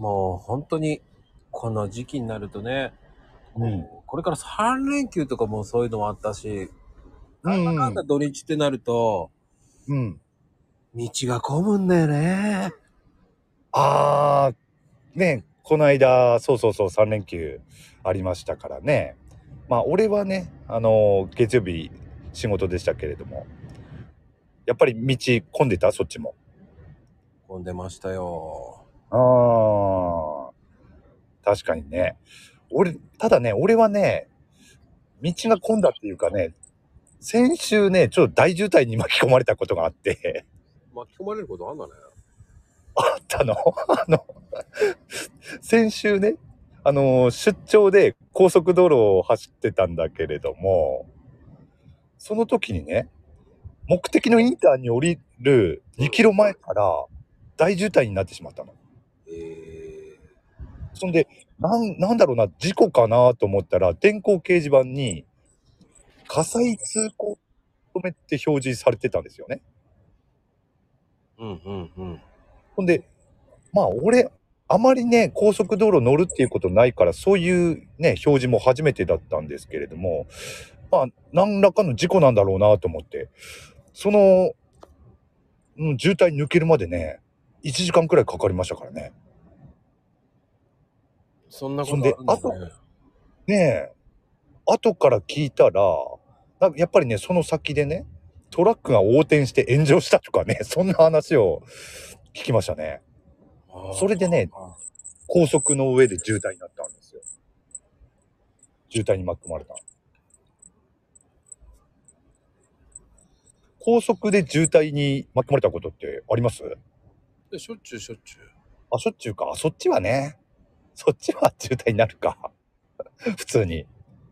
もう本当にこの時期になるとね、これから3連休とかもそういうのもあったし、なんだかんだ土日ってなると、道が混むんだよね。 ね、この間、そうそうそう、3連休ありましたからね。まあ、俺はね、月曜日仕事でしたけれども、やっぱり道混んでたそっちも。 混んでましたよ。 確かにね。ただね、俺はね、道が混んだっていうかね、先週ね、ちょっと大渋滞に巻き込まれたことがあって、 巻き込まれることあんだね。 あったの先週ね、出張で高速道路を走ってたんだけれども、その時にね、目的のインターに降りる2キロ前から大渋滞になってしまったの。そんで、なんだろうな、事故かなと思ったら、電光掲示板に、火災通行止めって表示されてたんですよね。ほんで、まあ俺、あまりね、高速道路乗るっていうことないから、そういうね、表示も初めてだったんですけれども、まあ、何らかの事故なんだろうなと思って、その、渋滞抜けるまでね、1時間くらいかかりましたからね。 そんなこそんで、 とあるんだね。 後から聞いたら、やっぱりね、その先でね、トラックが横転して炎上したとかね、そんな話を聞きましたね。それでね、高速の上で渋滞になったんですよ。渋滞に巻き込まれた。高速で渋滞に巻き込まれたことってあります？ しょっちゅうしょっちゅう。 あ、しょっちゅうか。そっちはね。そっちは渋滞になるか。普通に。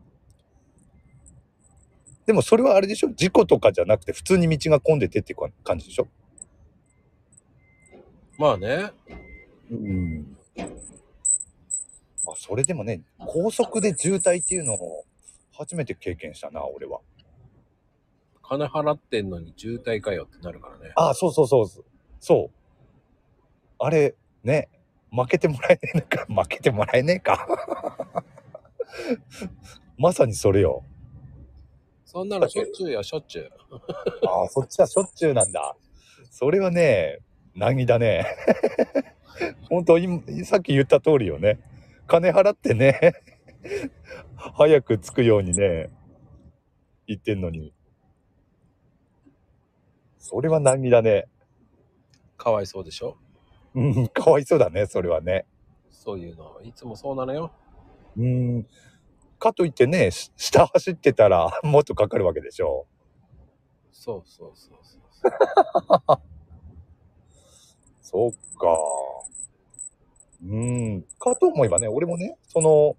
でもそれはあれでしょ？事故とかじゃなくて普通に道が混んでてっていう感じでしょ？ まあね。 まあそれでもね、高速で渋滞っていうのを初めて経験したな、俺は。 金払ってんのに渋滞かよってなるからね。 そうそうそう。そう。あれ、ね、負けてもらえねえのか、負けてもらえねえか。まさにそれよ。 そんなのしょっちゅうや、しょっちゅう。 そっちはしょっちゅうなんだ。それはね、凪だね。本当さっき言った通りよね。金払ってね、早く着くようにね、言ってんのに。それは凪だね。 かわいそうでしょ。 かわいそうだね、それはね。 そういうの。いつもそうなのよ。 かといってね、下走ってたらもっとかかるわけでしょ。 そうそうそうそう。 そっか。かと思えばね、俺もね、その、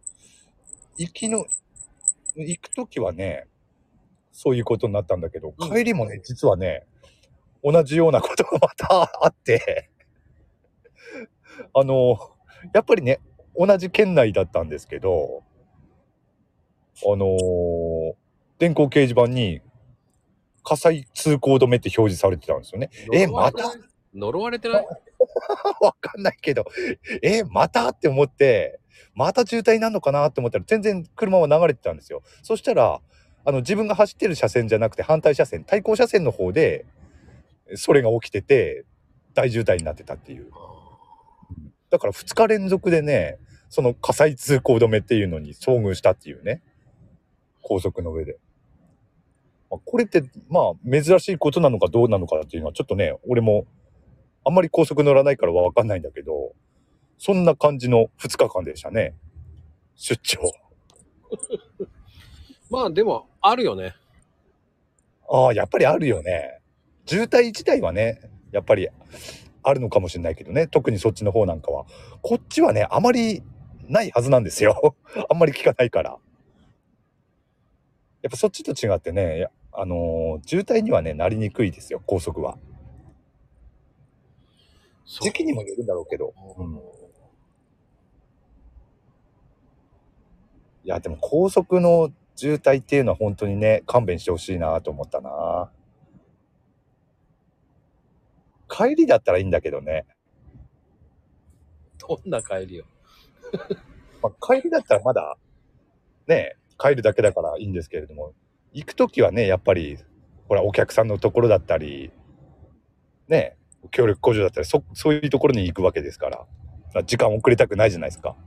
行くときはね、そういうことになったんだけど、帰りもね、実はね、同じようなことがまたあって、やっぱりね、同じ県内だったんですけど、電光掲示板に火災通行止めって表示されてたんですよね。また呪われてない？ わかんないけど、またって思って、また渋滞になるのかなって思ったら全然車は流れてたんですよ。そしたら、自分が走ってる車線じゃなくて反対車線、対向車線の方で、それが起きてて、大渋滞になってたっていう。だから2日連続でね、その火災通行止めっていうのに遭遇したっていうね。高速の上で。これって、まあ、珍しいことなのかどうなのかっていうのはちょっとね、俺もあんまり高速乗らないからわかんないんだけど、そんな感じの2日間でしたね。出張。 まあでも、あるよね。 やっぱりあるよね。渋滞自体はね、やっぱりあるのかもしれないけどね。特にそっちの方なんかは。こっちはね、あまりないはずなんですよ。あんまり聞かないから。やっぱそっちと違ってね、渋滞にはね、なりにくいですよ、高速は。時期にもよるんだろうけど。いや、でも高速の渋滞っていうのは本当にね、勘弁してほしいなと思ったな。帰りだったらいいんだけどね。 どんな帰りよ。 まあ、帰りだったらまだ、ね、帰るだけだからいいんですけれども、行くときはね、やっぱり、ほら、お客さんのところだったり、ね、協力工場だったり、そういうところに行くわけですから、時間遅れたくないじゃないですか。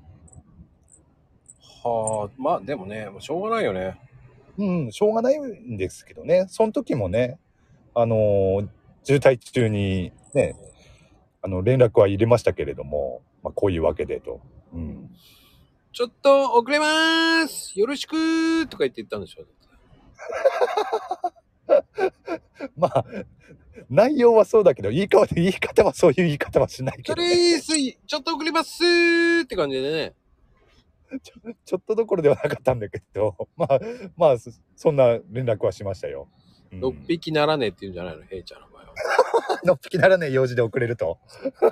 はあ、まあでもね、もうしょうがないよね。 うん、しょうがないんですけどね、その時もね、渋滞中にね、連絡は入れましたけれども、まあ、こういうわけでと。うん。 ちょっと遅れまーすよろしくーとか言ったんでしょ。 まあ、内容はそうだけど、言い方はそういう言い方はしないけそどね。 れちょっと遅れますーって感じでね。 ちょっとどころではなかったんだけど、まあ、そんな連絡はしましたよ。うん、 6匹ならねえって言うんじゃないの、ヘイちゃんの場合は。 のっぴきならねえ用事で遅れると。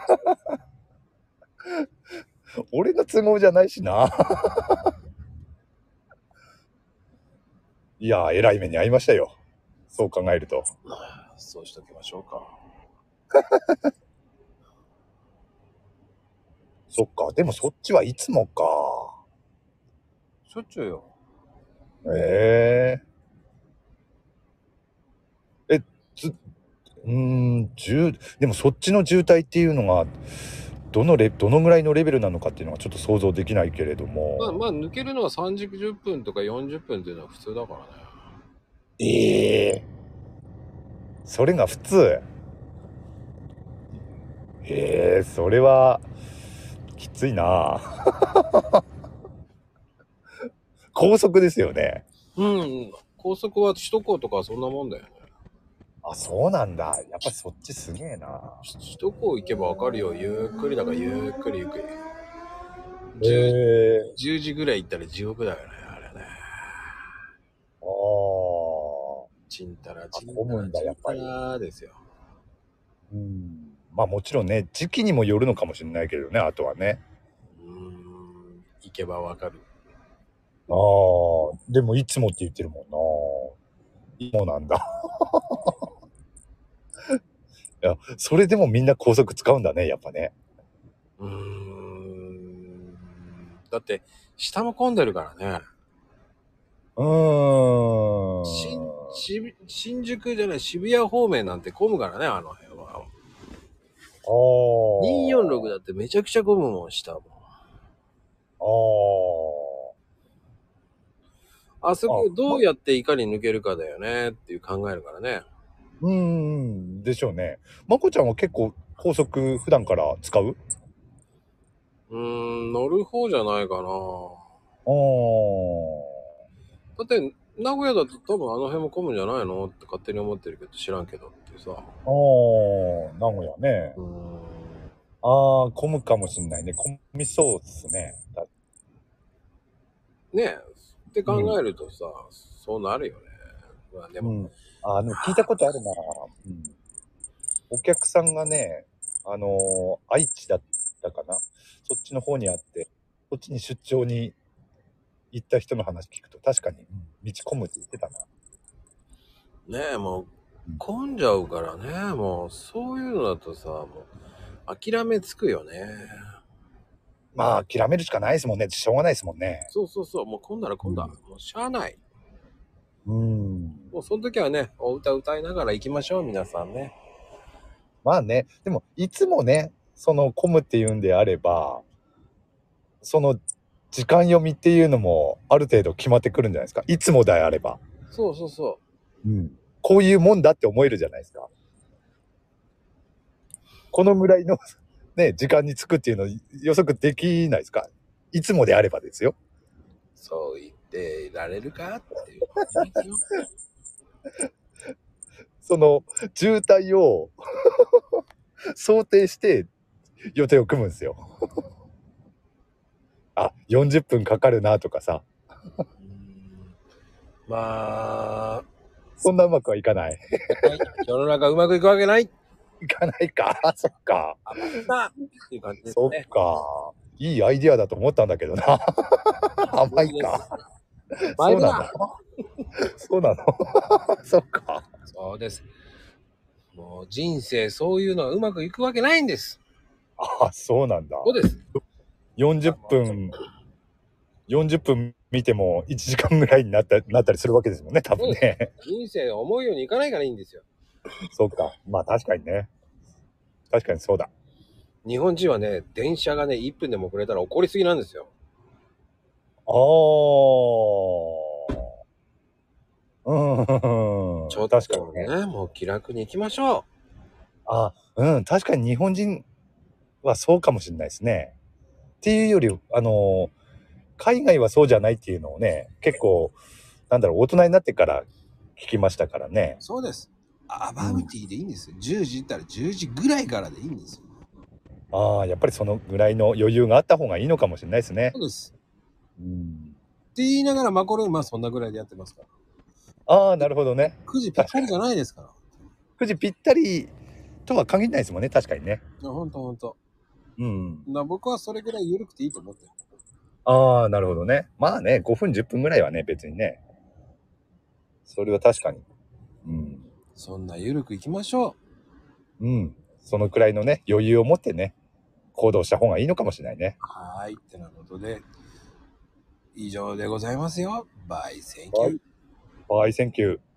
俺の都合じゃないしな。いや、偉い目に遭いましたよ。そう考えると。 そうしときましょうか。 そっか、でもそっちはいつもか。 しょっちゅうよ。 ええつうーん、でもそっちの渋滞っていうのが、どのぐらいのレベルなのかっていうのはちょっと想像できないけれども。 まあ抜けるのは30分とか40分っていうのは普通だからね。 ええそれが普通。それは、きついな。高速ですよね。 うん。高速は首都高とかそんなもんだよね。 あ、そうなんだ。やっぱそっちすげえな。 首都高行けばわかるよ。ゆっくりだからゆっくりゆっくり。 え 10時ぐらい行ったら地獄だよね、あれね。 ああ。 ちんたらちん混むんだ、 たらちんたやっぱり。 らですよ。 うん。まあもちろんね、時期にもよるのかもしれないけどね、あとはね。 行けばわかる。 ああ、でもいつもって言ってるもんな。いつもなんだ。いや、それでもみんな高速使うんだね、やっぱね。 だって、下も混んでるからね。 うーん。 新宿じゃない、渋谷方面なんて混むからね、あの辺は。 ああ。 246だってめちゃくちゃ混むもん、下も。 ああ。 あそこどうやっていかに抜けるかだよねっていう考えるからね。 でしょうね。まこちゃんは結構高速普段から使う？ 乗る方じゃないかな。 ああ。 だって、名古屋だと多分あの辺も混むんじゃないのって勝手に思ってるけど知らんけどってさ。 ああ、名古屋ね。ああ、混むかもしんないね。混みそうっすね。 ねえ。って考えるとさ、そうなるよね。まあでも、 でも聞いたことあるな。お客さんがね、愛知だったかな、そっちの方にあって、そっちに出張に行った人の話聞くと確かに、道混むって言ってたな。 ねえ、もう、混んじゃうからね。もう、そういうのだとさ、もう、諦めつくよね。 まあ、諦めるしかないですもんね。しょうがないですもんね。 そうそうそう。もう混んだら混んだ。もうしゃあない。もうその時はね、お歌歌いながら行きましょう、皆さんね。 まあね、でも、いつもね、その混むっていうんであれば、その時間読みっていうのもある程度決まってくるんじゃないですか。いつもであれば。 そうそうそう。 こういうもんだって思えるじゃないですか。このぐらいのね、時間に着くっていうの予測できないですか。いつもであればですよ。 そう言ってられるかっていう話ですよ。 その渋滞を想定して予定を組むんですよ。あ、40分かかるなとかさ。 まあ、 そんなうまくはいかない。 はい、世の中うまくいくわけない。 いかないか。そっか。 甘っていう感じですそっね。 か。いいアイディアだと思ったんだけどな。甘いか。そうなの。そうなの。そっか。 そうです。もう人生そういうのはうまくいくわけないんです。 あ、そうなんだ。 そうです。 40分、40分見ても1時間ぐらいになったりするわけですもんね、多分ね。 人生思うようにいかないからいいんですよ。 そうか。まあ確かにね。確かにそうだ。 日本人はね、電車がね、1分でも遅れたら怒りすぎなんですよ。 ああ。 ちょっ確かにね。 とね、もう気楽に行きましょあ、確かに日本人はそうかもしれないですね。っていうより、海外はそうじゃないっていうのをね、結構、なんだろう、大人になってから聞きましたからね。 う。そうです。アうん。 バウティでいいんですよ。10時行ったら10時ぐらいからでいいんですよ。 ああ、やっぱりそのぐらいの余裕があった方がいいのかもしれないですね。 そうです。 うん。 って言いながらマコルームはそんなぐらいでやってますから。 ああ、なるほどね。 9時ぴっ確かに。 たりじゃないですから。 9時ぴったりとは限らないですもんね、確かにね。 いや、ほんとほんと。 うん。 僕はそれぐらい緩くていいと思ってる。 ああ、なるほどね。まあね、5分、10分ぐらいはね、別にね。それは確かに。うん。 そんな緩く行きましょうん。そのくらいのね、余裕を持ってね、行動した方がいいのかもしれないね。 う。はーい。ってなことで、以上でございますよ。バイ、センキュー。 はい。はい、センキュー。